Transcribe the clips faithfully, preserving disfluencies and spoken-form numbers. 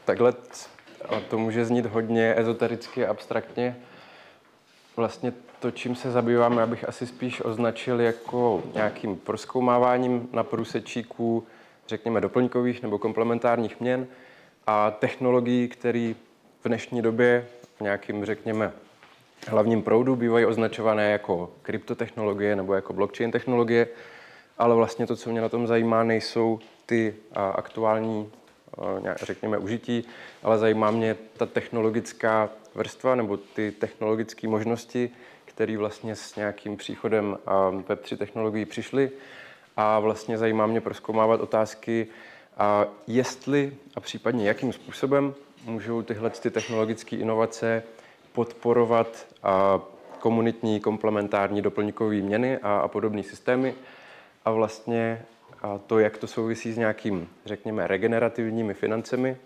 takhle to může znít hodně ezotericky, abstraktně. Vlastně to, čím se zabýváme, abych asi spíš označil jako nějakým prozkoumáváním na průsečíku, řekněme, doplňkových nebo komplementárních měn a technologií, které v dnešní době v nějakým, řekněme, hlavním proudu bývají označované jako kryptotechnologie nebo jako blockchain technologie, ale vlastně to, co mě na tom zajímá, nejsou ty aktuální, řekněme, užití, ale zajímá mě ta technologická vrstva nebo ty technologické možnosti, které vlastně s nějakým příchodem web tři technologií přišly. A vlastně zajímá mě prozkoumávat otázky, a jestli a případně jakým způsobem můžou tyhle ty technologické inovace podporovat a komunitní, komplementární, doplňkové měny a, a podobné systémy. A vlastně a to, jak to souvisí s nějakým, řekněme, regenerativními financemi,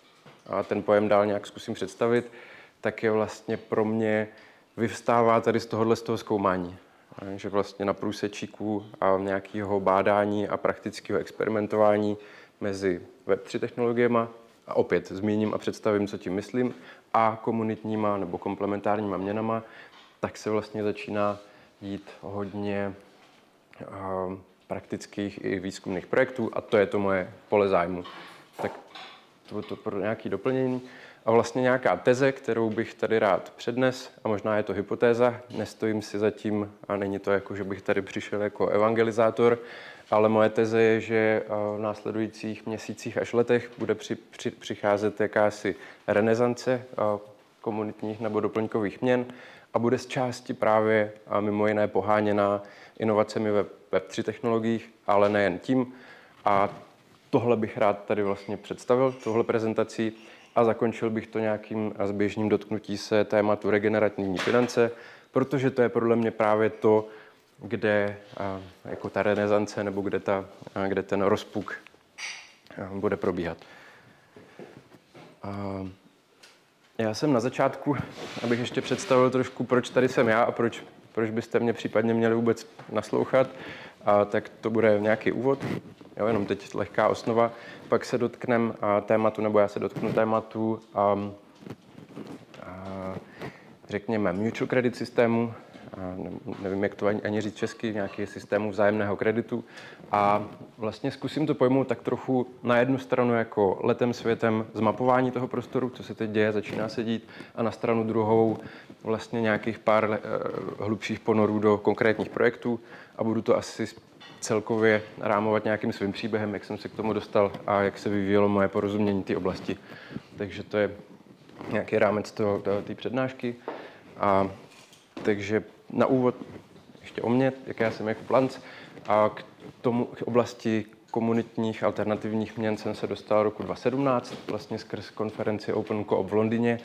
a ten pojem dál nějak zkusím představit, tak je vlastně pro mě vyvstává tady z tohohle z toho zkoumání. Že vlastně na průsečíku a nějakého bádání a praktického experimentování mezi web tři technologiemi, a opět zmíním a představím, co tím myslím, a komunitníma nebo komplementárníma měnama, tak se vlastně začíná dít hodně uh, praktických i výzkumných projektů a to je to moje pole zájmu. Tak to, to pro nějaké doplnění. A vlastně nějaká teze, kterou bych tady rád přednes, a možná je to hypotéza, nestojím si za tím a není to jako, že bych tady přišel jako evangelizátor, ale moje teze je, že v následujících měsících až letech bude při, při, přicházet jakási renesance komunitních nebo doplňkových měn a bude z části právě a mimo jiné poháněná inovacemi ve web tři technologiích, ale nejen tím. A tohle bych rád tady vlastně představil, tohle prezentací, a zakončil bych to nějakým zběžným dotknutí se tématu regenerativní finance, protože to je podle mě právě to, kde jako ta renesance nebo kde, ta, kde ten rozpuk bude probíhat. Já jsem na začátku, abych ještě představil trošku, proč tady jsem já a proč, proč byste mě případně měli vůbec naslouchat, a tak to bude nějaký úvod, jo, jenom teď lehká osnova, pak se dotknem tématu, nebo já se dotknu tématu, a, a, řekněme, mutual credit systému, a nevím, jak to ani, ani říct česky, nějaký systému vzájemného kreditu. A vlastně zkusím to pojmout tak trochu na jednu stranu jako letem světem zmapování toho prostoru, co se teď děje, začíná se dít, a na stranu druhou vlastně nějakých pár uh, hlubších ponorů do konkrétních projektů a budu to asi celkově rámovat nějakým svým příběhem, jak jsem se k tomu dostal a jak se vyvíjelo moje porozumění té oblasti. Takže to je nějaký rámec toho, té přednášky. A takže na úvod ještě o mně, jak já jsem jako Planc, a k tomu k oblasti komunitních alternativních měn jsem se dostal roku dva tisíce sedmnáct, vlastně skrz konferenci Open Co-op v Londýně.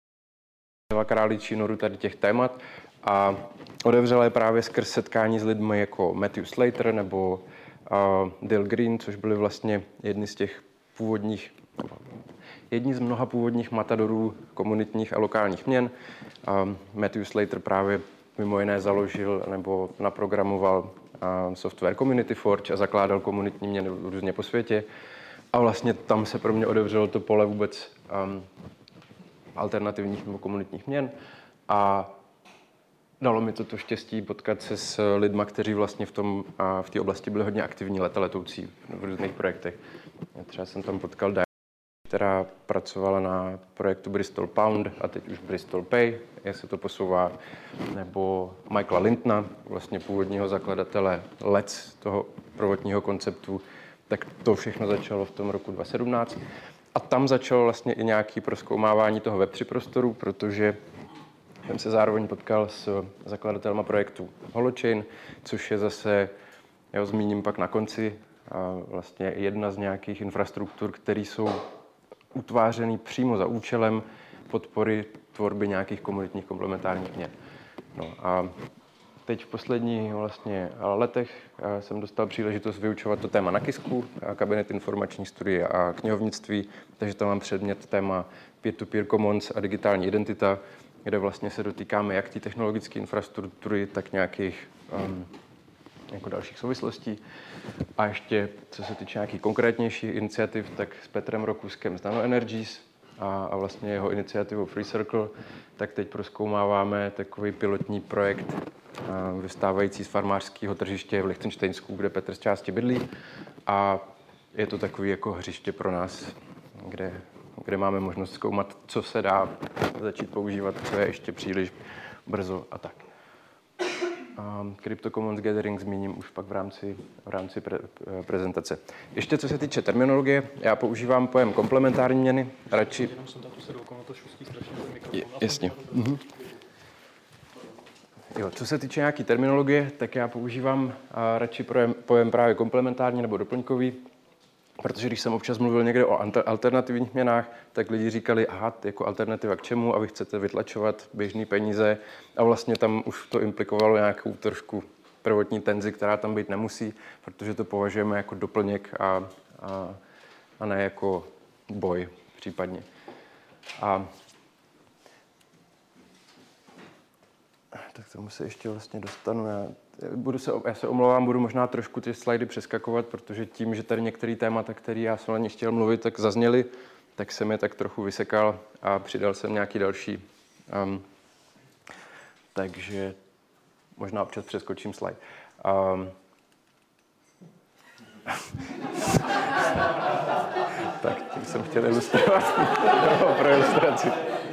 Králičí noru tady těch témat a otevřela je právě skrz setkání s lidmi jako Matthew Slater nebo uh, Dale Green, což byli vlastně jedni z těch původních, jedni z mnoha původních matadorů komunitních a lokálních měn. Um, Matthew Slater právě mimo jiné založil nebo naprogramoval uh, software Community Forge a zakládal komunitní měny různě po světě. A vlastně tam se pro mě otevřelo to pole vůbec um, alternativních nebo komunitních měn a dalo mi to to štěstí potkat se s lidma, kteří vlastně v tom a v té oblasti byli hodně aktivní leta letoucí v různých projektech. Já třeba jsem tam potkal Diane, která pracovala na projektu Bristol Pound a teď už Bristol Pay, jak se to posouvá, nebo Michaela Lintona, vlastně původního zakladatele Let's, toho prvotního konceptu, tak to všechno začalo v tom roku dva tisíce sedmnáct. A tam začalo vlastně i nějaké prozkoumávání toho web tři prostoru, protože jsem se zároveň potkal s zakladatelema projektu Holochain, což je zase, já ho zmíním pak na konci, a vlastně jedna z nějakých infrastruktur, které jsou utvářený přímo za účelem podpory tvorby nějakých komunitních komplementárních měn. No a teď v posledních vlastně letech jsem dostal příležitost vyučovat to téma na KISKu, kabinet informační studie a knihovnictví, takže tam mám předmět téma peer-to-peer commons a digitální identita, kde vlastně se dotýkáme jak té technologické infrastruktury, tak nějakých um, jako dalších souvislostí. A ještě, co se týče nějakých konkrétnějších iniciativ, tak s Petrem Rokuskem z Nano Energies a, a vlastně jeho iniciativou Free Circle, tak teď prozkoumáváme takový pilotní projekt a, vystávající z farmářského tržiště v Lichtenštejnsku, kde Petr z části bydlí. A je to takový jako hřiště pro nás, kde, kde máme možnost zkoumat, co se dá začít používat, co je ještě příliš brzo a tak. Um, Crypto Commons Gathering zmíním už pak v rámci, v rámci pre, prezentace. Ještě co se týče terminologie, já používám pojem komplementární měny, radši... Jenom jsem tam tu sedl, ono to šustí strašně ten mikrofon. Jasně. Mhm. Jo, co se týče nějaký terminologie, tak já používám uh, radši pojem, pojem právě komplementární nebo doplňkový, protože když jsem občas mluvil někde o alternativních měnách, tak lidi říkali, aha, jako alternativa k čemu a vy chcete vytlačovat běžné peníze a vlastně tam už to implikovalo nějakou trošku prvotní tenzi, která tam být nemusí, protože to považujeme jako doplněk a, a, a ne jako boj případně. A tak tomu se ještě vlastně dostanu. Já, budu se, já se omlouvám, budu možná trošku ty slajdy přeskakovat, protože tím, že tady některé témata, které já jsem na ně chtěl mluvit, tak zazněly, tak jsem je tak trochu vysekal a přidal jsem nějaký další. Um, takže možná občas přeskočím slide. Um, tak tím jsem chtěl ilustrovat no, pro ilustraci.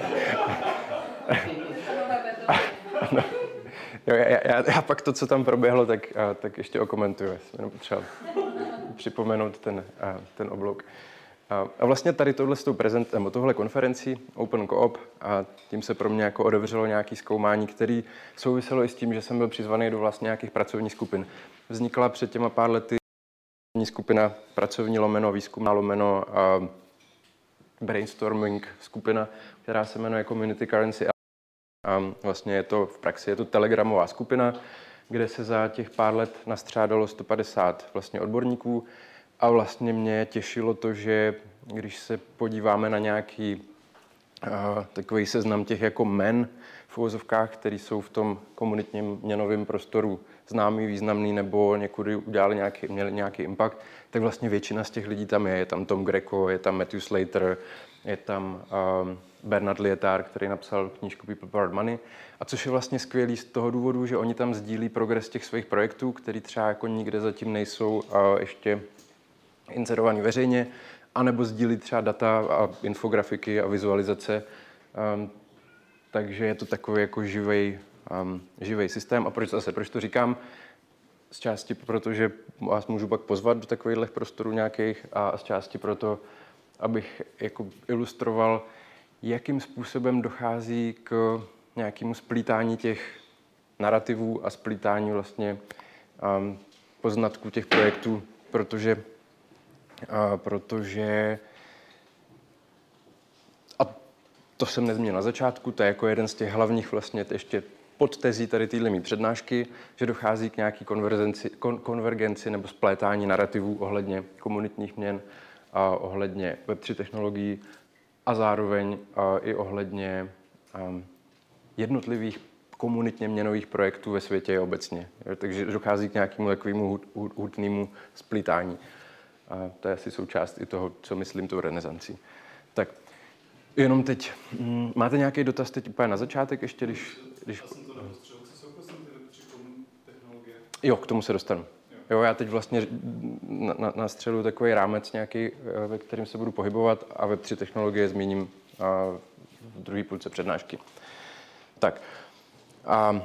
No. Jo, já, já, já pak to, co tam proběhlo, tak, tak ještě okomentuju. Já jsem jenom potřeboval připomenout ten, ten oblouk. A vlastně tady tohle s tou prezent, tohle konferencí Open Co-op, a tím se pro mě jako otevřelo nějaké zkoumání, které souviselo i s tím, že jsem byl přizvaný do vlastně nějakých pracovních skupin. Vznikla před těma pár lety skupina pracovní lomeno, výzkumná lomeno a brainstorming skupina, která se jmenuje Community Currency. A vlastně je to v praxi je to telegramová skupina, kde se za těch pár let nastřádalo sto padesát vlastně odborníků a vlastně mě těšilo to, že když se podíváme na nějaký uh, takový seznam těch jako men v uvozovkách, který jsou v tom komunitním měnovém prostoru známý, významný nebo někudy udělali nějaký, měli nějaký impact, tak vlastně většina z těch lidí tam je. Je tam Tom Greco, je tam Matthew Slater, je tam um, Bernard Lietaer, který napsal knížku People Powered Money. A což je vlastně skvělý z toho důvodu, že oni tam sdílí progres těch svých projektů, který třeba jako nikde zatím nejsou a ještě inzerovaný veřejně, anebo sdílí třeba data a infografiky a vizualizace. Um, takže je to takový jako živej, um, živej systém. A proč zase, proč to říkám? Z části proto, že vás můžu pak pozvat do takových prostorů nějakých a z části proto, abych jako ilustroval, jakým způsobem dochází k nějakému splítání těch narrativů a splítání vlastně um, poznatků těch projektů, protože, uh, protože a to jsem nezmínil na začátku, to je jako jeden z těch hlavních vlastně ještě podtezí tady téhle mý přednášky, že dochází k nějaký konvergenci, kon, konvergenci nebo splétání narrativů ohledně komunitních měn a ohledně web tři technologií a zároveň a i ohledně um, jednotlivých komunitně měnových projektů ve světě obecně. Takže dochází k nějakému takovému hutnému splítání. A to je asi součást i toho, co myslím tou renesancí. Tak, jenom teď. M, máte nějaký dotaz teď úplně na začátek ještě, když... když... Já jsem to nepostřel, co jsou vlastně ty web tři technologie? Jo, k tomu se dostanu. Jo, já teď vlastně na, na, nastřeluji takový rámec nějaký, ve kterým se budu pohybovat a web tři technologie zmíním a v druhé půlce přednášky. Tak. A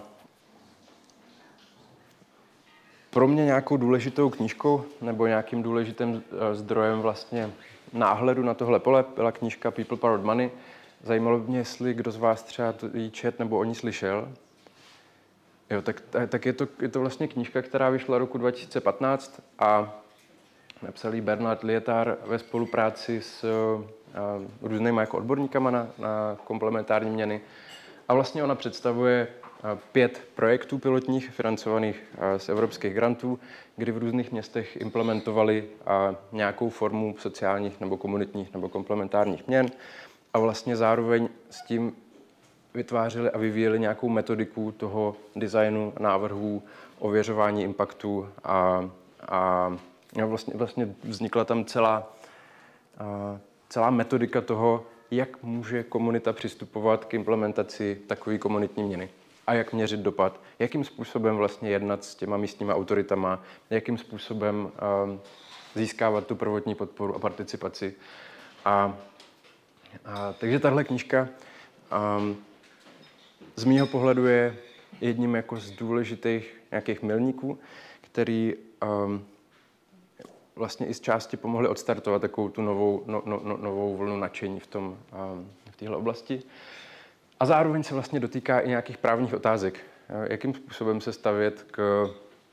pro mě nějakou důležitou knížkou nebo nějakým důležitým zdrojem vlastně náhledu na tohle pole byla knížka People Powered Money. Zajímalo mě, jestli kdo z vás třeba jí čet nebo o ní slyšel. Jo, tak, tak je, to, je to vlastně knížka, která vyšla roku dva tisíce patnáct a napsal ji Bernard Lietaer ve spolupráci s uh, různýma jako odborníkama na, na komplementární měny. A vlastně ona představuje uh, pět projektů pilotních financovaných uh, z evropských grantů, kdy v různých městech implementovali uh, nějakou formu sociálních nebo komunitních nebo komplementárních měn. A vlastně zároveň s tím vytvářeli a vyvíjeli nějakou metodiku toho designu, návrhů, ověřování impactu a, a no vlastně, vlastně vznikla tam celá, a, celá metodika toho, jak může komunita přistupovat k implementaci takové komunitní měny a jak měřit dopad, jakým způsobem vlastně jednat s těma místníma autoritama, jakým způsobem um, získávat tu prvotní podporu a participaci. A, a, takže tahle knížka um, z mýho pohledu je jedním jako z důležitých nějakých milníků, který um, vlastně i z části pomohli odstartovat takovou tu novou, no, no, novou vlnu nadšení v, tom, um, v téhle oblasti. A zároveň se vlastně dotýká i nějakých právních otázek. Jakým způsobem se stavět k,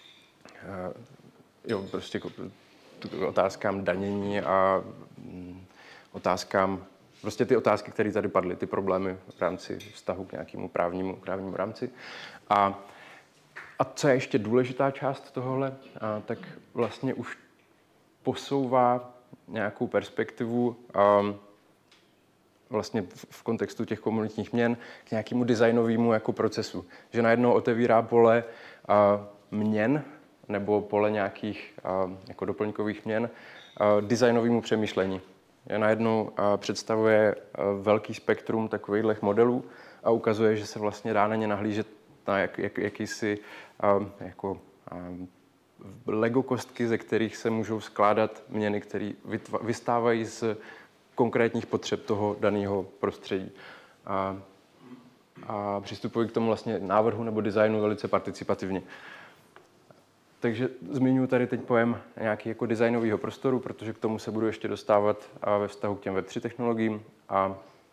jo, prostě k, k otázkám danění a mm, otázkám, prostě ty otázky, které tady padly, ty problémy v rámci vztahu k nějakému právnímu, právnímu rámci. A, a co je ještě důležitá část tohohle, a, tak vlastně už posouvá nějakou perspektivu a, vlastně v kontextu těch komunitních měn k nějakému designovému jako procesu. Že najednou otevírá pole a, měn nebo pole nějakých a, jako doplňkových měn a, designovému přemýšlení. Je najednou a, představuje a, velký spektrum takových modelů a ukazuje, že se vlastně dá na ně nahlížet na jak, jak, jakýsi a, jako a, Lego kostky, ze kterých se můžou skládat měny, které vystávají z konkrétních potřeb toho daného prostředí. A, a přistupují k tomu vlastně návrhu nebo designu velice participativně. Takže zmiňuji tady teď pojem nějaký jako designového prostoru, protože k tomu se budu ještě dostávat a ve vztahu k těm web tři technologiím a,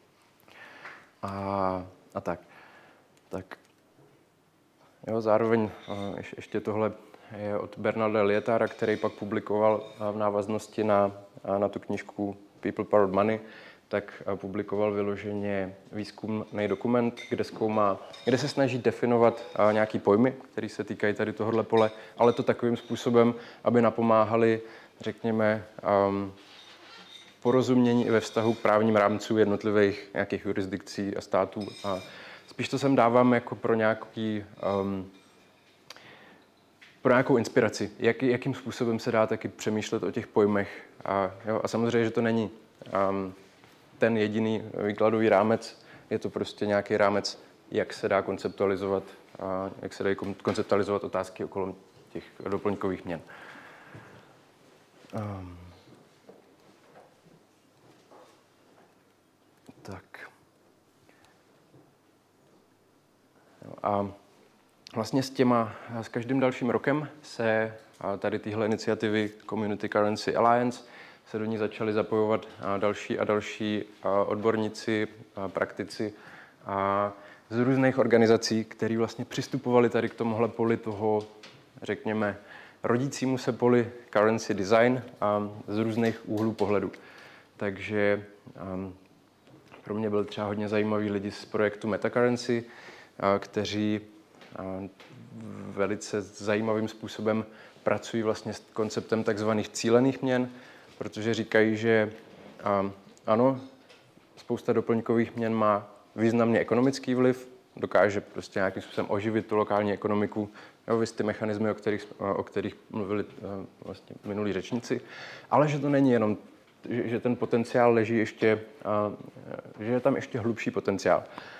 a, a tak. tak. Jo, zároveň ještě tohle je od Bernarda Lietara, který pak publikoval v návaznosti na, na tu knížku People Powered Money, tak publikoval vyloženě výzkumný dokument, kde zkoumá, kde se snaží definovat nějaký pojmy, které se týkají tady tohohle pole, ale to takovým způsobem, aby napomáhali, řekněme, um, porozumění i ve vztahu k právním rámcům jednotlivých nějakých jurisdikcí a států. A spíš to sem dávám jako pro nějaký um, pro nějakou inspiraci, jak, jakým způsobem se dá taky přemýšlet o těch pojmech. A, jo, a samozřejmě, že to není um, ten jediný výkladový rámec, je to prostě nějaký rámec, jak se dá konceptualizovat, a jak se dají konceptualizovat otázky okolo těch doplňkových měn. Um, tak. Jo, a vlastně s těma, s každým dalším rokem se tady tyhle iniciativy Community Currency Alliance se do ní začali zapojovat další a další odborníci, praktici a z různých organizací, které vlastně přistupovali tady k tomuhle poli toho, řekněme, rodícímu se poli currency design a z různých úhlů pohledu. Takže um, pro mě byl třeba hodně zajímavý lidi z projektu MetaCurrency, a, kteří a, velice zajímavým způsobem pracují vlastně s konceptem takzvaných cílených měn, protože říkají, že a, ano, spousta doplňkových měn má významný ekonomický vliv, dokáže prostě nějakým způsobem oživit tu lokální ekonomiku, jo, vy ty mechanismy, o kterých, o kterých mluvili vlastně minulí řečníci, ale že to není jenom, že, že ten potenciál leží ještě, a, že je tam ještě hlubší potenciál.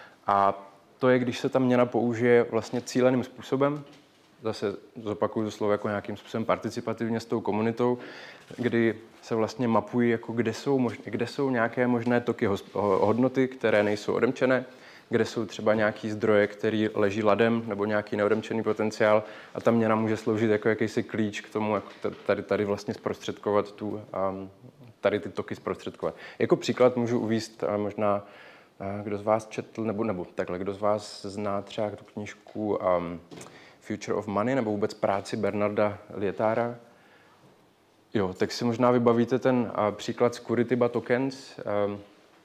A to je, když se ta měna použije vlastně cíleným způsobem, zase zopakuju to slovo jako nějakým způsobem participativně s tou komunitou, kdy se vlastně mapují, jako kde, jsou možné, kde jsou nějaké možné toky hodnoty, které nejsou odemčené, kde jsou třeba nějaký zdroje, který leží ladem, nebo nějaký neodemčený potenciál a ta měna může sloužit jako jakýsi klíč k tomu, jako tady, tady vlastně zprostředkovat tu, tady ty toky zprostředkovat. Jako příklad můžu uvést možná, kdo z vás četl, nebo, nebo takhle, kdo z vás zná třeba tu knížku um, Future of Money, nebo vůbec práci Bernarda Lietara. Jo, tak si možná vybavíte ten uh, příklad Securityba Tokens, um,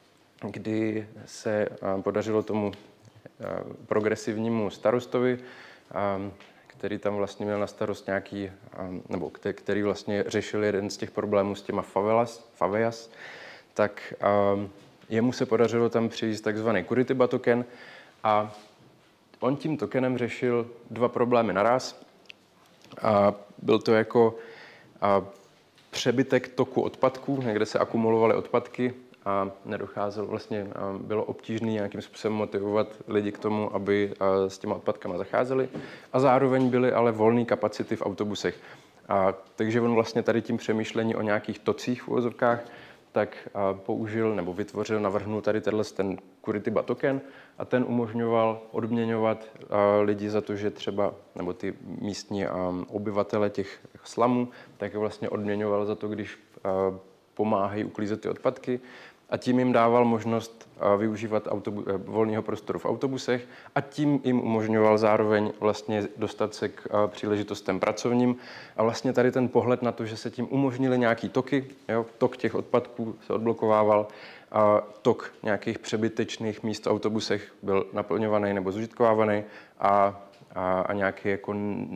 kdy se uh, podařilo tomu uh, progresivnímu starostovi, um, který tam vlastně měl na starost nějaký, um, nebo který, který vlastně řešil jeden z těch problémů s těma favelas, favelas, tak um, jemu se podařilo tam přivést takzvaný Curitiba token A on tím tokenem řešil dva problémy naraz. A byl to jako a, přebytek toku odpadků, někde se akumulovaly odpadky a nedocházelo, vlastně a bylo obtížné nějakým způsobem motivovat lidi k tomu, aby a, s těma odpadkama zacházeli. A zároveň byly ale volné kapacity v autobusech. A, takže on vlastně tady tím přemýšlení o nějakých tocích v uvozovkách tak a, použil nebo vytvořil, navrhnul tady tenhle ten Curitiba token a ten umožňoval odměňovat a, lidi za to, že třeba, nebo ty místní a, obyvatele těch slamů, tak je vlastně odměňoval za to, když a, pomáhají uklízet ty odpadky a tím jim dával možnost a, využívat autobu- volného prostoru v autobusech a tím jim umožňoval zároveň vlastně dostat se k a, příležitostem pracovním a vlastně tady ten pohled na to, že se tím umožnily nějaký toky, jo, tok těch odpadků se odblokovával, a tok nějakých přebytečných míst v autobusech byl naplňovaný nebo zužitkovávaný a, a, a nějaký jako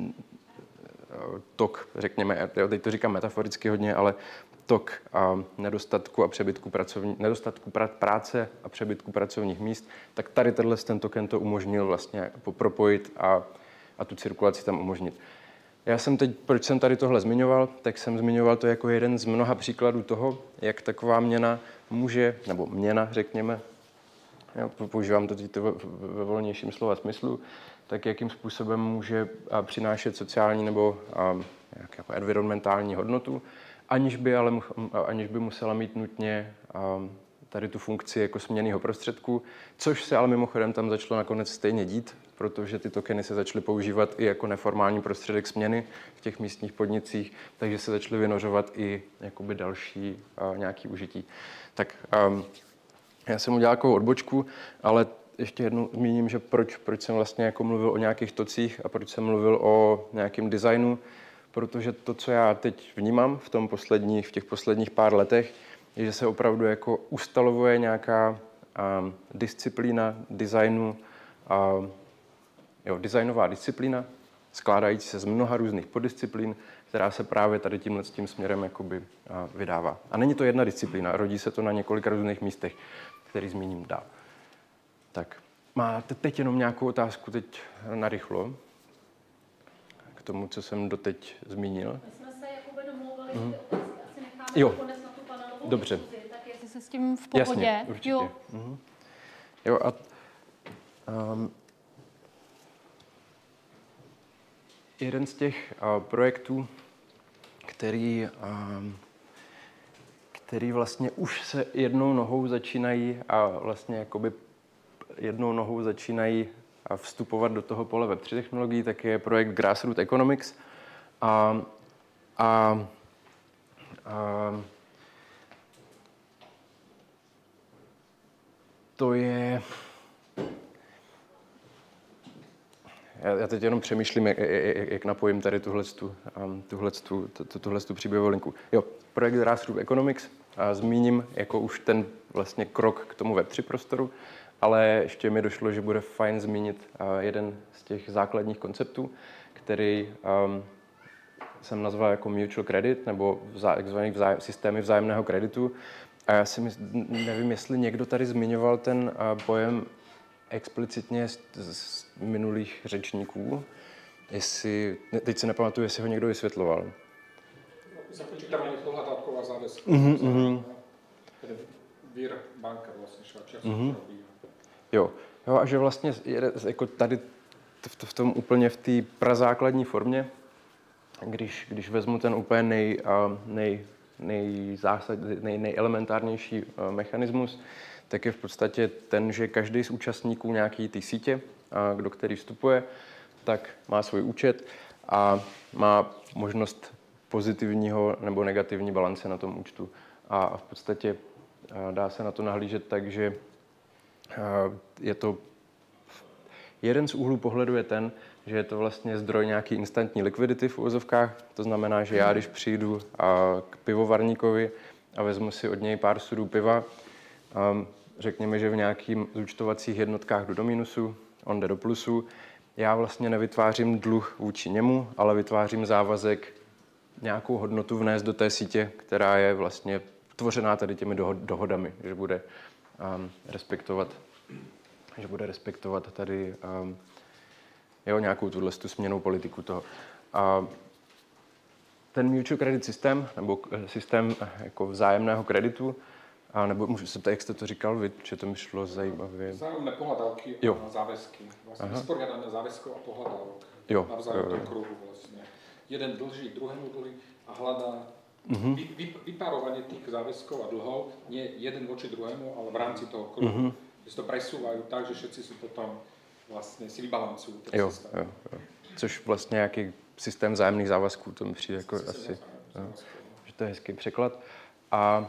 tok, řekněme, jo, teď to říkám metaforicky hodně, ale tok a nedostatku a přebytku pracovní, nedostatku pra, práce a přebytku pracovních míst, tak tady tenhle ten token to umožnil vlastně propojit a, a tu cirkulaci tam umožnit. Já jsem teď, proč jsem tady tohle zmiňoval, tak jsem zmiňoval to jako jeden z mnoha příkladů toho, jak taková měna může, nebo měna, řekněme, já používám to teď ve volnějším slova smyslu, tak jakým způsobem může přinášet sociální nebo jako environmentální hodnotu, aniž by, ale, aniž by musela mít nutně tady tu funkci jako směnného prostředku, což se ale mimochodem tam začalo nakonec stejně dít, protože ty tokeny se začaly používat i jako neformální prostředek směny v těch místních podnicích, takže se začaly vynořovat i jakoby další a, nějaký užití. Tak um, já jsem udělal takovou odbočku, ale ještě jednou zmíním, že proč, proč jsem vlastně jako mluvil o nějakých tocích a proč jsem mluvil o nějakém designu, protože to, co já teď vnímám v, tom posledních, v těch posledních pár letech, je, že se opravdu jako ustalovuje nějaká um, disciplína designu, um, jo, designová disciplína, skládající se z mnoha různých poddisciplín, která se právě tady tímhle s tím směrem jakoby uh, vydává. A není to jedna disciplína, rodí se to na několika různých místech, který zmíním dál. Tak, máte teď jenom nějakou otázku teď narychlo k tomu, co jsem doteď zmínil? My jsme se jako domlouvali, mm. že ty otázky asi necháme jo. nakonec na tu panelovou Dobře. diskuzi, tak jestli se s tím v pohodě. Jasně, určitě. Jo. Mhm. Jo, a um, jeden z těch uh, projektů, který, um, který vlastně už se jednou nohou začínají a vlastně jakoby jednou nohou začínají a vstupovat do toho pole web tři technologií, tak je projekt Grassroot Economics. A, a, a to je... Já teď jenom přemýšlím, jak, jak, jak napojím tady tuhletu, tuhletu, tuhletu příběhovou linku. Jo, projekt Grassroot Economics. A zmíním jako už ten vlastně krok k tomu web tři prostoru, ale ještě mi došlo, že bude fajn zmínit jeden z těch základních konceptů, který um, jsem nazval jako mutual credit, nebo takzvaný vzájem, systémy vzájemného kreditu. A já si mysl, nevím, jestli někdo tady zmiňoval ten uh, pojem explicitně z, z minulých řečníků. Jestli, teď si nepamatuju, jestli ho někdo vysvětloval. Započítávaných pohľadávková záväzka. Mm-hmm, mm-hmm. Vír banka vlastně švajčiarská mm-hmm. robí. Jo. jo, a že vlastně jako tady v, v tom úplně v té prazákladní formě, když, když vezmu ten úplně nej, nej, nejzásad, nej, nejelementárnější mechanismus, tak je v podstatě ten, že každý z účastníků nějaký té sítě, do který vstupuje, tak má svůj účet a má možnost pozitivního nebo negativní balance na tom účtu. A v podstatě dá se na to nahlížet tak, že je to jeden z úhlů pohledu je ten, že je to vlastně zdroj nějaký instantní likvidity v uvozovkách. To znamená, že já, když přijdu k pivovarníkovi a vezmu si od něj pár sudů piva, řekněme, že v nějakým zúčtovacích jednotkách jdu do minusu, on jde do plusu, já vlastně nevytvářím dluh vůči němu, ale vytvářím závazek nějakou hodnotu vnést do té sítě, která je vlastně tvořená tady těmi dohodami, že bude um, respektovat že bude respektovat tady um, jo, nějakou tuhle tu směnnou politiku toho. A ten mutual credit systém, nebo systém jako vzájemného kreditu, a nebo můžu se ptát, jak jste to říkal vy, že to mi šlo zajímavě. Vzájemné pohľadávky Jo. a záväzky. Vlastne vysporiadané záväzkov a pohľadávok. Jo. Navzájom v Jo, tom jo. kruhu vlastne. Jeden dlží druhému dlhý a hľadá Mhm. vy, vy, vyparovanie tých záväzkov a dlhov nie jeden voči druhému, ale v rámci toho kruhu. Že si to presúvajú tak, že všetci sú potom vlastne si vybalancujú ten Jo, systém. jo, jo. Což vlastně nějaký systém vzájemných závazků, to mi přijde jako Systém asi, vzájemných jo, závazkov. že to je hezký překlad. A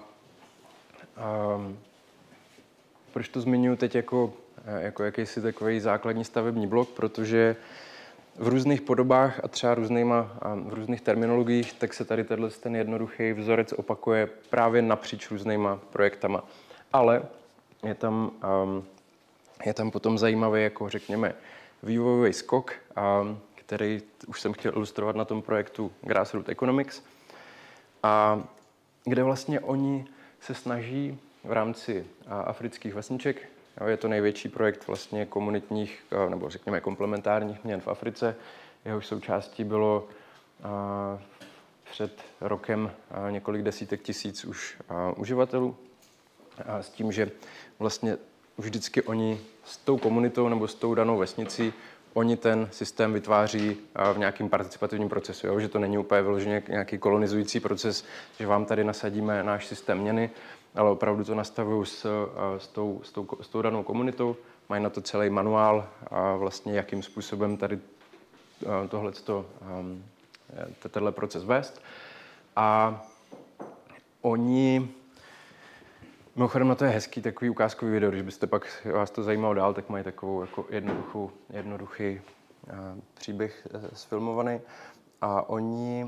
um, proč to zmiňuji teď jako, jako jakýsi takový základní stavební blok, protože v různých podobách a třeba různýma, a v různých terminologiích, tak se tady tenhle ten jednoduchý vzorec opakuje právě napříč různýma projektama. Ale je tam, um, je tam potom zajímavý, jako řekněme, vývojový skok, um, který už jsem chtěl ilustrovat na tom projektu Grassroot Economics, a kde vlastně oni se snaží v rámci a, afrických vesniček, jo, je to největší projekt vlastně komunitních, a, nebo řekněme komplementárních měn v Africe, jehož součástí bylo a, před rokem a, několik desítek tisíc už a, uživatelů, a s tím, že vlastně vždycky oni s tou komunitou nebo s tou danou vesnicí oni ten systém vytváří v nějakým participativním procesu, jo? Že to není úplně vyloženě nějaký kolonizující proces, že vám tady nasadíme náš systém měny, ale opravdu to nastavují s, s, tou, s, tou, s tou danou komunitou, mají na to celý manuál a vlastně jakým způsobem tady tohleto, tenhle proces vést. A oni mimochodem, na to je hezký takový ukázkový video, když byste pak vás to zajímalo dál, tak mají takovou jako jednoduchou, jednoduchý uh, příběh uh, sfilmovaný. A oni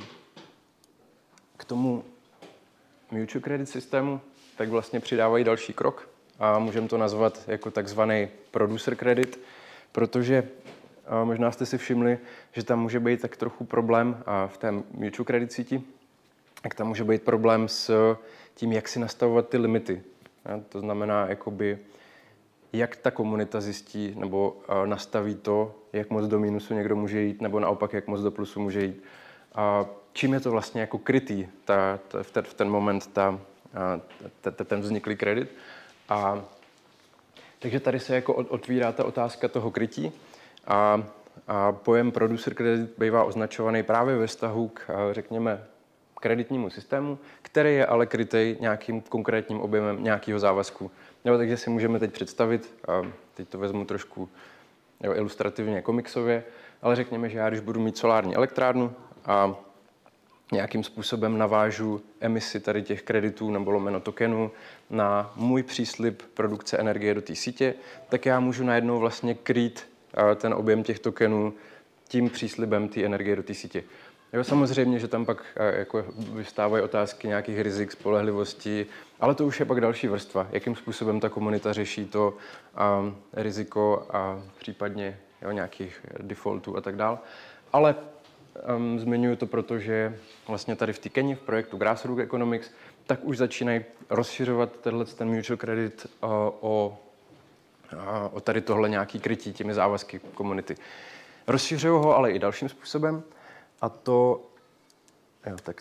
k tomu mutual credit systému tak vlastně přidávají další krok a můžeme to nazvat jako takzvaný producer credit, protože uh, možná jste si všimli, že tam může být tak trochu problém uh, v té mutual credit síti, tak tam může být problém s tím, jak si nastavovat ty limity. To znamená, jakoby, jak ta komunita zjistí nebo uh, nastaví to, jak moc do mínusu někdo může jít, nebo naopak, jak moc do plusu může jít. A čím je to vlastně jako krytý ta, ta, v, ten, v ten moment ta, ta, ta, ten vzniklý kredit. A, takže tady se jako otvírá ta otázka toho krytí a, a pojem producer credit bývá označovaný právě ve vztahu k, řekněme, kreditnímu systému, který je ale krytej nějakým konkrétním objemem nějakého závazku. Jo, takže si můžeme teď představit, a teď to vezmu trošku jo, ilustrativně, komiksově, ale řekněme, že já když budu mít solární elektrárnu a nějakým způsobem navážu emisi tady těch kreditů nebo lomeno tokenů na můj příslib produkce energie do té sítě, tak já můžu najednou vlastně krýt ten objem těch tokenů tím příslibem té energie do té sítě. Jo, samozřejmě, že tam pak jako vystávají otázky nějakých rizik, spolehlivosti, ale to už je pak další vrstva, jakým způsobem ta komunita řeší to um, riziko a případně jo, nějakých defaultů a tak dál. Ale um, zmiňuji to proto, že vlastně tady v té Keni, v projektu Grassroot Economics, tak už začínají rozšiřovat tenhle ten mutual credit uh, o, uh, o tady tohle nějaký krytí těmi závazky komunity. Rozšiřují ho ale i dalším způsobem. A to, jo, tak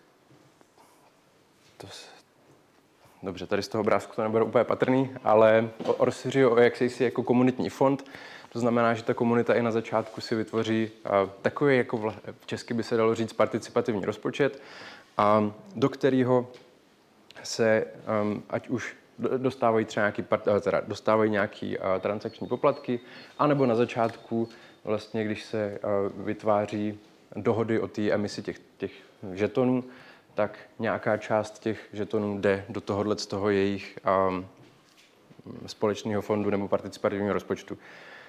to, dobře, tady z toho obrázku to nebude úplně patrný, ale rozšiřují o jaksi jako komunitní fond. To znamená, že ta komunita i na začátku si vytvoří a, takový, jako v, v česky by se dalo říct, participativní rozpočet, a, do kterého se, um, ať už dostávají třeba nějaký, teda dostávají nějaký a, transakční poplatky, anebo na začátku, vlastně, když se a, vytváří dohody o té emisi těch, těch žetonů, tak nějaká část těch žetonů jde do tohohle z toho jejich um, společného fondu nebo participativního rozpočtu.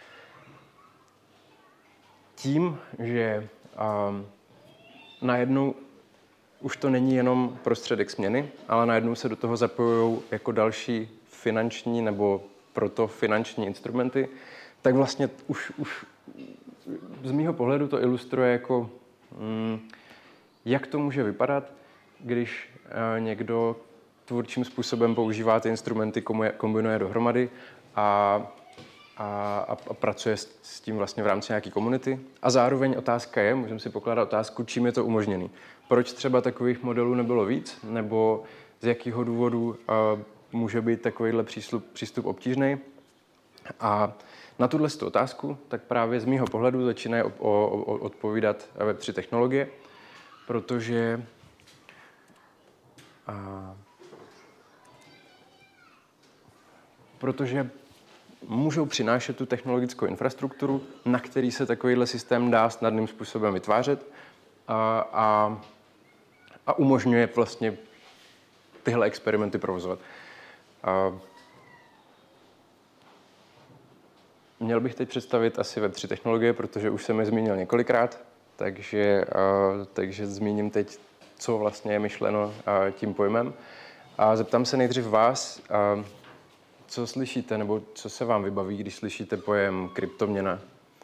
Tím, že um, najednou už to není jenom prostředek směny, ale najednou se do toho zapojují jako další finanční nebo proto finanční instrumenty, tak vlastně už, už z mýho pohledu to ilustruje jako, mm, jak to může vypadat, když uh, někdo tvůrčím způsobem používá ty instrumenty, kombinuje dohromady a a, a, a pracuje s, s tím vlastně v rámci nějaké komunity. A zároveň otázka je, můžeme si pokládat otázku, čím je to umožněný. Proč třeba takových modelů nebylo víc, nebo z jakého důvodu uh, může být takovýhle přístup, přístup obtížný. A na tuhle otázku tak právě z mýho pohledu začínají o, o, o, odpovídat web tři technologie, protože a, protože můžou přinášet tu technologickou infrastrukturu, na který se takovýhle systém dá snadným způsobem vytvářet a, a, a umožňuje vlastně tyhle experimenty provozovat. A měl bych teď představit asi web tři technologie, protože už jsem je zmínil několikrát, takže, a, takže zmíním teď, co vlastně je myšleno a, tím pojmem. A zeptám se nejdřív vás, a, co slyšíte, nebo co se vám vybaví, když slyšíte pojem kryptoměna?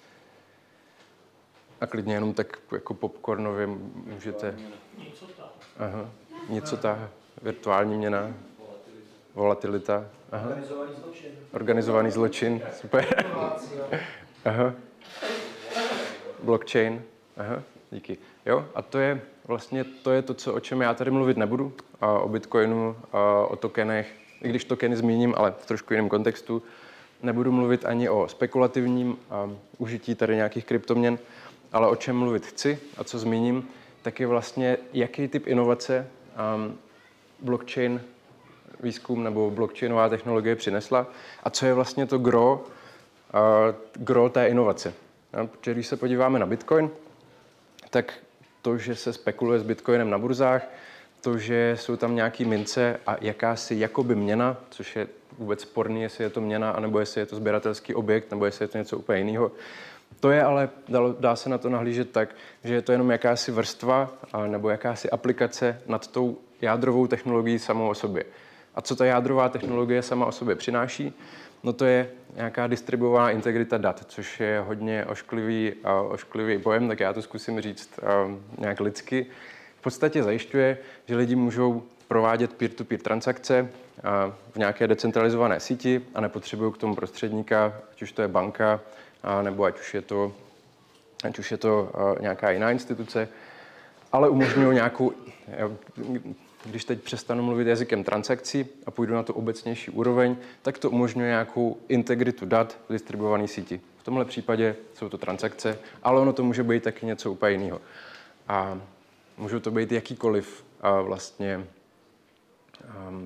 A klidně jenom tak jako popcornově můžete... Nicota. Aha. Nicota, virtuální měna, volatilita. Aha. Organizovaný zločin. Organizovaný zločin, super. Aha. Blockchain. Aha, díky. Jo, a to je vlastně to, je to co, o čem já tady mluvit nebudu. A o Bitcoinu, a o tokenech, i když tokeny zmíním, ale v trošku jiném kontextu. Nebudu mluvit ani o spekulativním a, užití tady nějakých kryptoměn, ale o čem mluvit chci a co zmíním, tak je vlastně, jaký typ inovace um, blockchain výzkum nebo blockchainová technologie přinesla a co je vlastně to gro, uh, gro té inovace. Ja, protože když se podíváme na Bitcoin, tak to, že se spekuluje s Bitcoinem na burzách, to, že jsou tam nějaký mince a jakási jakoby měna, což je vůbec sporný, jestli je to měna, anebo jestli je to sběratelský objekt, nebo jestli je to něco úplně jiného. To je ale, dá se na to nahlížet tak, že je to jenom jakási vrstva nebo jakási aplikace nad tou jádrovou technologií samou o sobě. A co ta jádrová technologie sama o sobě přináší? No to je nějaká distribuovaná integrita dat, což je hodně ošklivý, ošklivý pojem, tak já to zkusím říct nějak lidsky. V podstatě zajišťuje, že lidi můžou provádět peer-to-peer transakce v nějaké decentralizované síti a nepotřebují k tomu prostředníka, ať už to je banka, a nebo ať už je to, ať už je to uh, nějaká jiná instituce, ale umožňují nějakou, když teď přestanu mluvit jazykem transakcí a půjdu na tu obecnější úroveň, tak to umožňuje nějakou integritu dat v distribuované síti. V tomhle případě jsou to transakce, ale ono to může být taky něco úplně jiného. A můžou to být jakýkoliv uh, vlastně um,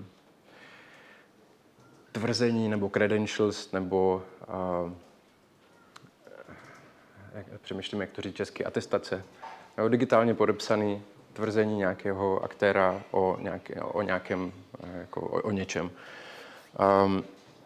tvrzení nebo credentials nebo uh, přemýšlím, jak to říct česky, atestace. Jo, digitálně podepsaný tvrzení nějakého aktéra o, nějaké, o nějakém, jako o, o něčem. Um,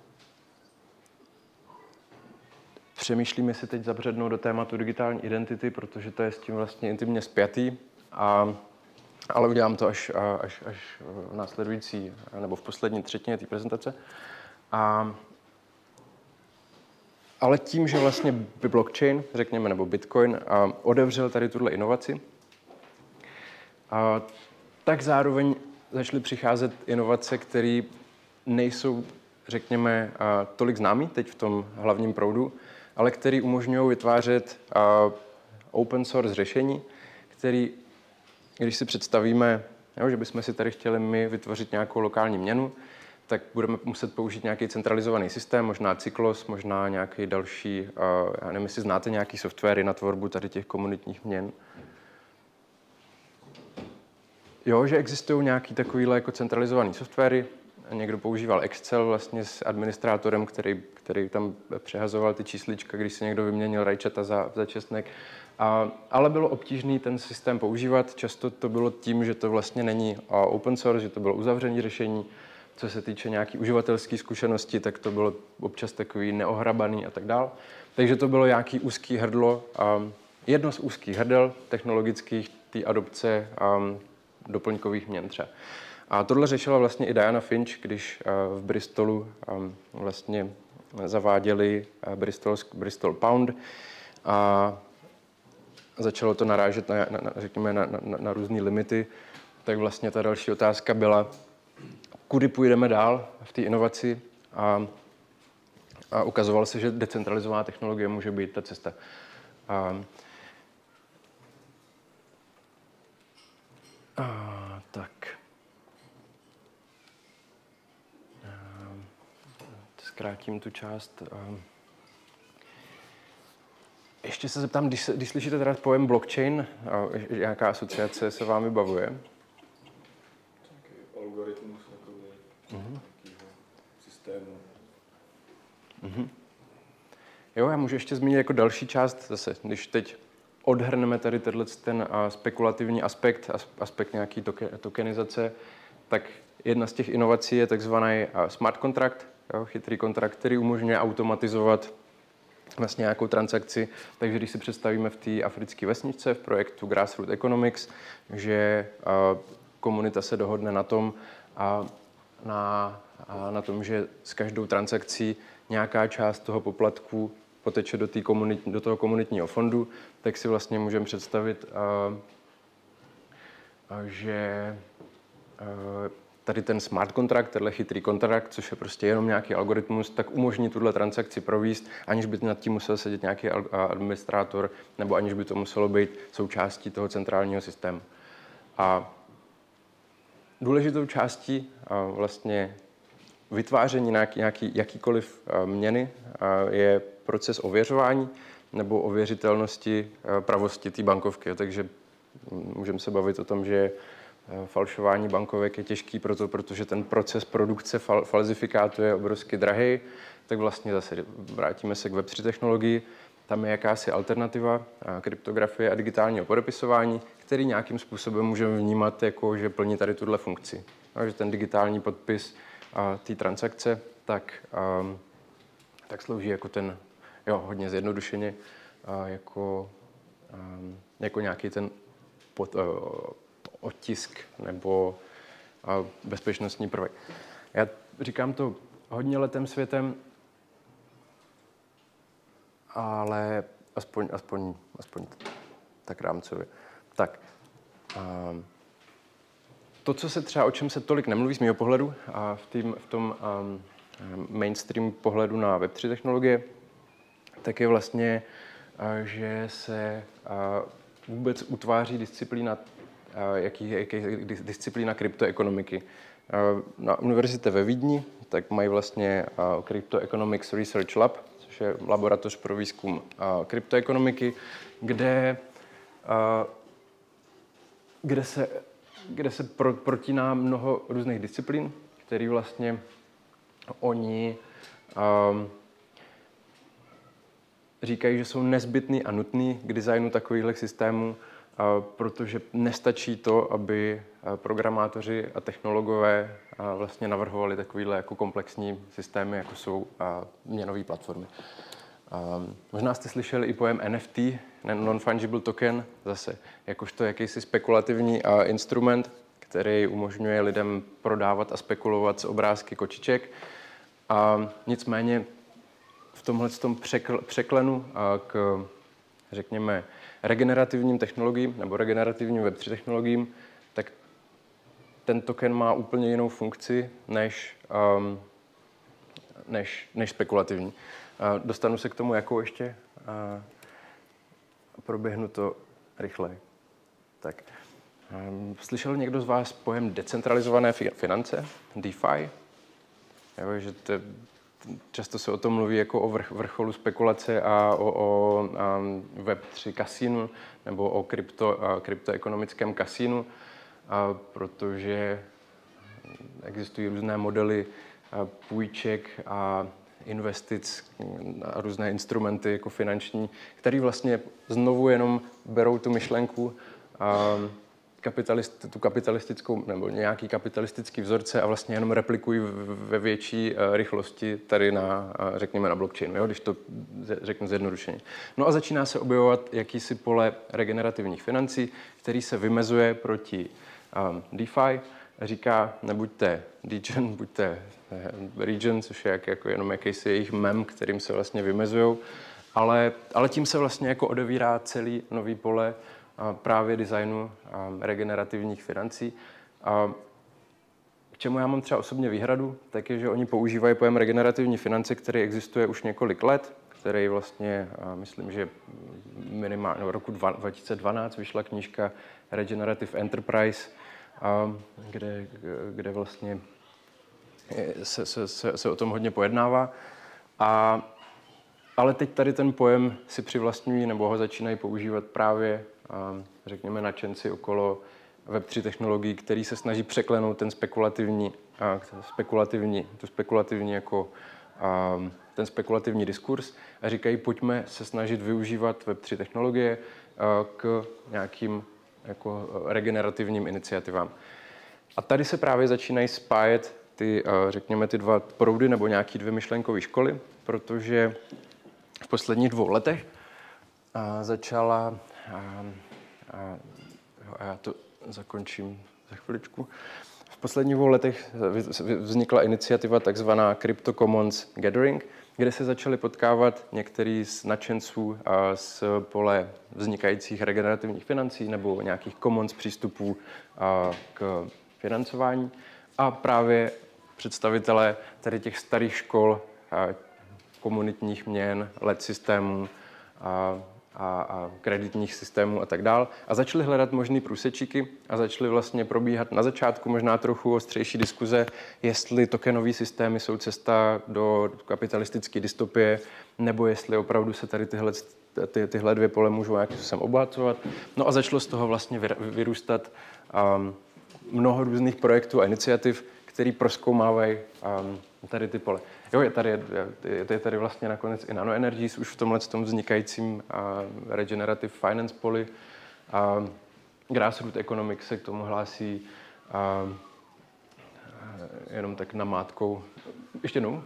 přemýšlím, jestli teď zabřednou do tématu digitální identity, protože to je s tím vlastně intimně spjatý, a, ale udělám to až, až, až v následující, nebo v poslední třetině té prezentace. A Ale tím, že vlastně blockchain, řekněme, nebo Bitcoin, a odevřel tady tuhle inovaci, a tak zároveň začaly přicházet inovace, které nejsou, řekněme, a tolik známý teď v tom hlavním proudu, ale které umožňují vytvářet a, open source řešení, které, když si představíme, jo, že bychom si tady chtěli my vytvořit nějakou lokální měnu, tak budeme muset použít nějaký centralizovaný systém, možná Cyclos, možná nějaký další, uh, já nevím, jestli znáte nějaký softwary na tvorbu tady těch komunitních měn. Jo, že existují nějaký takovýhle jako centralizovaný softwary. Někdo používal Excel vlastně s administrátorem, který, který tam přehazoval ty číslička, když si někdo vyměnil rajčata za, za česnek. A, ale bylo obtížné ten systém používat. Často to bylo tím, že to vlastně není open source, že to bylo uzavřené řešení. Co se týče nějaký uživatelské zkušenosti, tak to bylo občas takový neohrabaný a tak dál. Takže to bylo nějaký úzký hrdlo, um, jedno z úzkých hrdel technologických té adopce um, doplňkových měn třeba. A tohle řešila vlastně i Diana Finch, když uh, v Bristolu um, vlastně zaváděli uh, Bristol, Bristol Pound a začalo to narážet na, na, na, řekněme, na, na, na různé limity, tak vlastně ta další otázka byla, kudy půjdeme dál v té inovaci. A, a ukazovalo se, že decentralizovaná technologie může být ta cesta. A, a, tak. A, zkrátím tu část. A, ještě se zeptám, když, se, když slyšíte teda pojem blockchain, a jaká asociace se vám vybavuje? Nějaký algoritmus takový, Mm-hmm. systému. Mm-hmm. Jo, já můžu ještě zmínit jako další část zase, když teď odhrneme tady tenhle ten spekulativní aspekt, aspekt nějaký tokenizace, tak jedna z těch inovací je takzvaný smart contract, jo, chytrý kontrakt, který umožňuje automatizovat vlastně nějakou transakci. Takže když si představíme v té africké vesničce v projektu Grassroot Economics, že komunita se dohodne na tom, a na, a na tom, že s každou transakcí nějaká část toho poplatku poteče do, komunit, do toho komunitního fondu, tak si vlastně můžeme představit, a, a, že a, tady ten smart kontrakt, tenhle chytrý kontrakt, což je prostě jenom nějaký algoritmus, tak umožní tuhle transakci provést, aniž by nad tím musel sedět nějaký administrátor, nebo aniž by to muselo být součástí toho centrálního systému. A důležitou částí a vlastně vytváření nějaký, nějaký, jakýkoliv měny je proces ověřování nebo ověřitelnosti pravosti té bankovky. Takže můžeme se bavit o tom, že falšování bankovek je těžký proto, protože ten proces produkce fal, falzifikátu je obrovsky drahý. Tak vlastně zase vrátíme se k web tři technologii. Tam je jakási alternativa kryptografie a digitálního podepisování, který nějakým způsobem můžeme vnímat jako, že plní tady tuhle funkci. Takže ten digitální podpis té transakce, tak, um, tak slouží jako ten, jo, hodně zjednodušeně, uh, jako, um, jako nějaký ten pod, uh, otisk nebo uh, bezpečnostní prvek. Já říkám to hodně letem světem, ale aspoň, aspoň, aspoň tak rámcově. Tak, um, to, co se třeba, o čem se tolik nemluví z mého pohledu a v, tým, v tom um, mainstream pohledu na web tři technologie, tak je vlastně, uh, že se uh, vůbec utváří disciplína, uh, jaký, jaký, disciplína kryptoekonomiky. Uh, na univerzitě ve Vídni tak mají vlastně uh, Crypto Economics Research Lab, což je laboratoř pro výzkum uh, kryptoekonomiky, kde, uh, kde se kde se pro, protíná mnoho různých disciplín, které vlastně oni um, říkají, že jsou nezbytný a nutný k designu takovýchhle systémů, uh, protože nestačí to, aby programátoři a technologové uh, vlastně navrhovali takovýhle jako komplexní systémy, jako jsou uh, měnové platformy. Um, možná jste slyšeli i pojem N F T, non-fungible token, zase jakožto jakýsi spekulativní uh, instrument, který umožňuje lidem prodávat a spekulovat s obrázky kočiček. A nicméně v tomhle tom překl, překlenu uh, k, řekněme, regenerativním technologiím nebo regenerativním web tři technologiím, tak ten token má úplně jinou funkci než, um, než, než spekulativní. Dostanu se k tomu, jakou ještě a proběhnu to rychleji. Tak. Slyšel někdo z vás pojem decentralizované finance, DeFi? Jo, že to, často se o tom mluví jako o vrch, vrcholu spekulace a o, o um, web tři kasínu nebo o krypto, uh, kryptoekonomickém kasínu, uh, protože existují různé modely uh, půjček a investic a různé instrumenty jako finanční, které vlastně znovu jenom berou tu myšlenku a kapitalist, tu kapitalistickou nebo nějaký kapitalistický vzorce a vlastně jenom replikují ve větší rychlosti tady na, řekněme, na blockchain, jo, když to řeknu zjednodušeně. No a začíná se objevovat jakýsi pole regenerativních financí, který se vymezuje proti um, DeFi, říká, nebuďte degen, buďte regen, což je jak, jako jenom jakýsi jejich mem, kterým se vlastně vymezujou, ale, ale tím se vlastně jako odevírá celý nový pole a právě designu a regenerativních financí. A čemu já mám třeba osobně výhradu, tak je, že oni používají pojem regenerativní finance, který existuje už několik let, který vlastně, myslím, že minimálně v roku dva tisíce dvanáct vyšla knížka Regenerative Enterprise, kde, kde vlastně se, se, se, se o tom hodně pojednává. A, ale teď tady ten pojem si přivlastňují nebo ho začínají používat právě, řekněme, nadšenci okolo web tři technologií, který se snaží překlenout ten spekulativní, spekulativní tu spekulativní jako ten spekulativní diskurs a říkají, pojďme se snažit využívat web tři technologie k nějakým jako regenerativním iniciativám. A tady se právě začínají spájet ty, řekněme, ty dva proudy nebo nějaký dvě myšlenkové školy, protože v posledních dvou letech začala, a, a, a já to zakončím za chviličku, v posledních dvou letech vznikla iniciativa takzvaná Crypto Commons Gathering, kde se začali potkávat některý z nadšenců z pole vznikajících regenerativních financí nebo nějakých commons přístupů k financování a právě představitelé tady těch starých škol, komunitních měn, L E D systémů a, a, a kreditních systémů a tak dál. A začali hledat možný průsečíky a začaly vlastně probíhat na začátku možná trochu ostřejší diskuze, jestli tokenové systémy jsou cesta do kapitalistické dystopie, nebo jestli opravdu se tady tyhle, ty, tyhle dvě pole můžou nějakým způsobem obohacovat. No a začalo z toho vlastně vyrůstat um, mnoho různých projektů a iniciativ, který prozkoumávají um, tady ty pole. Jo, je tady, je, je tady vlastně nakonec i Nano Energies už v tomhle tom vznikajícím uh, Regenerative Finance poli. Uh, Grassroot Economics se k tomu hlásí uh, jenom tak namátkou. Ještě jednou?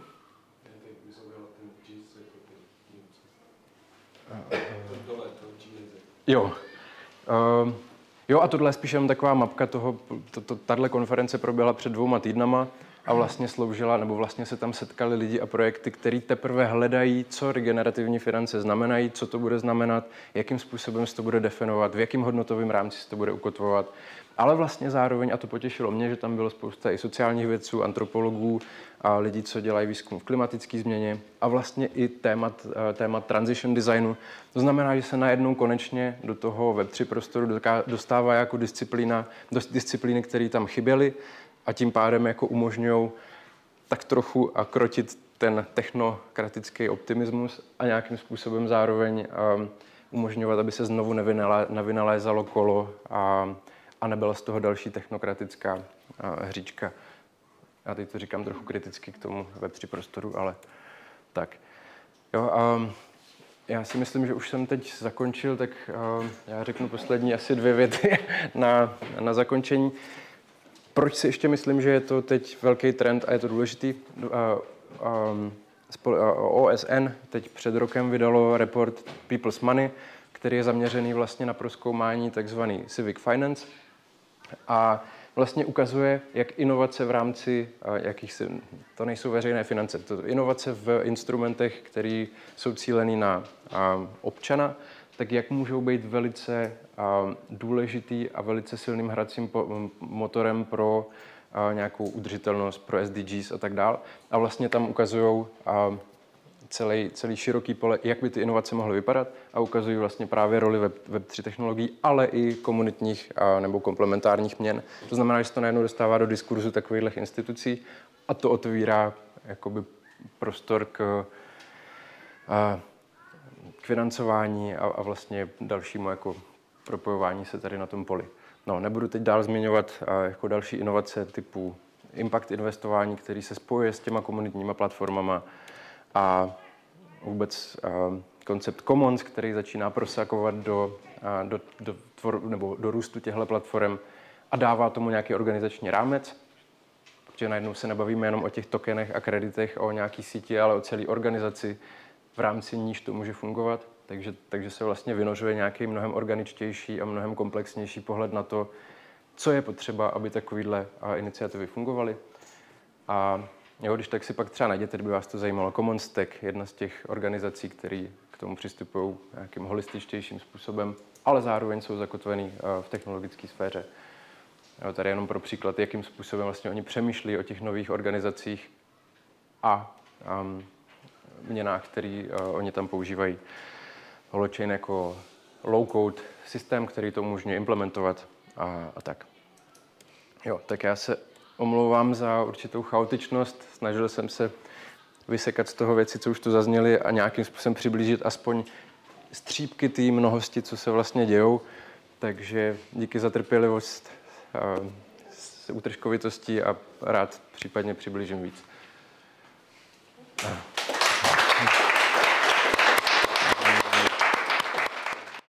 Jo. Uh, jo, a tohle je spíš jenom taková mapka toho, to, to, tato konference proběhla před dvouma týdnama a vlastně sloužila, nebo vlastně se tam setkali lidi a projekty, který teprve hledají, co regenerativní finance znamenají, co to bude znamenat, jakým způsobem se to bude definovat, v jakým hodnotovém rámci se to bude ukotvovat. Ale vlastně zároveň, a to potěšilo mě, že tam bylo spousta i sociálních vědců, antropologů a lidí, co dělají výzkum v klimatické změně a vlastně i témat, témat transition designu. To znamená, že se najednou konečně do toho web tři prostoru dostává jako disciplína, dost disciplíny, které tam chyběly a tím pádem jako umožňují tak trochu a krotit ten technokratický optimismus a nějakým způsobem zároveň um, umožňovat, aby se znovu nevynalézalo kolo a a nebyla z toho další technokratická hříčka. Já teď to říkám trochu kriticky k tomu web tři prostoru, ale tak. Jo, a já si myslím, že už jsem teď zakončil, tak já řeknu poslední asi dvě věty na, na zakončení. Proč si ještě myslím, že je to teď velký trend a je to důležitý? O S N teď před rokem vydalo report People's Money, který je zaměřený vlastně na prozkoumání takzvaný civic finance a vlastně ukazuje, jak inovace v rámci jakýchsi, to nejsou veřejné finance, to inovace v instrumentech, které jsou cílený na občana, tak jak můžou být velice důležitý a velice silným hracím motorem pro nějakou udržitelnost, pro S D Gs a tak dál. A vlastně tam ukazují celý, celý široký pole, jak by ty inovace mohly vypadat a ukazují vlastně právě roli web, web tři technologií, ale i komunitních a, nebo komplementárních měn. To znamená, že se to najednou dostává do diskurzu takových institucí a to otvírá jakoby prostor k, a, k financování a, a vlastně dalšímu jako propojování se tady na tom poli. No, nebudu teď dál zmiňovat a, jako další inovace typu impact investování, který se spojuje s těma komunitníma platformama, a vůbec uh, koncept Commons, který začíná prosakovat do, uh, do, do, tvor, nebo do růstu těchto platform a dává tomu nějaký organizační rámec, protože najednou se nebavíme jenom o těch tokenech a kreditech, o nějaký síti, ale o celé organizaci, v rámci níž to může fungovat. Takže, takže se vlastně vynořuje nějaký mnohem organičtější a mnohem komplexnější pohled na to, co je potřeba, aby takovéhle uh, iniciativy fungovaly. A jo, když tak si pak třeba najděte, kdyby vás to zajímalo, Commons Tech, jedna z těch organizací, které k tomu přistupují nějakým holističtějším způsobem, ale zároveň jsou zakotvený v technologické sféře. Jo, tady jenom pro příklad, jakým způsobem vlastně oni přemýšlí o těch nových organizacích a um, měnách, který uh, oni tam používají. Holochain jako low-code systém, který to umožňuje implementovat a, a tak. Jo, tak já se omlouvám za určitou chaotičnost. Snažil jsem se vysekat z toho věci, co už tu zazněly a nějakým způsobem přiblížit aspoň střípky té mnohosti, co se vlastně dějou. Takže díky za trpělivost, s útržkovitostí a rád případně přiblížím víc.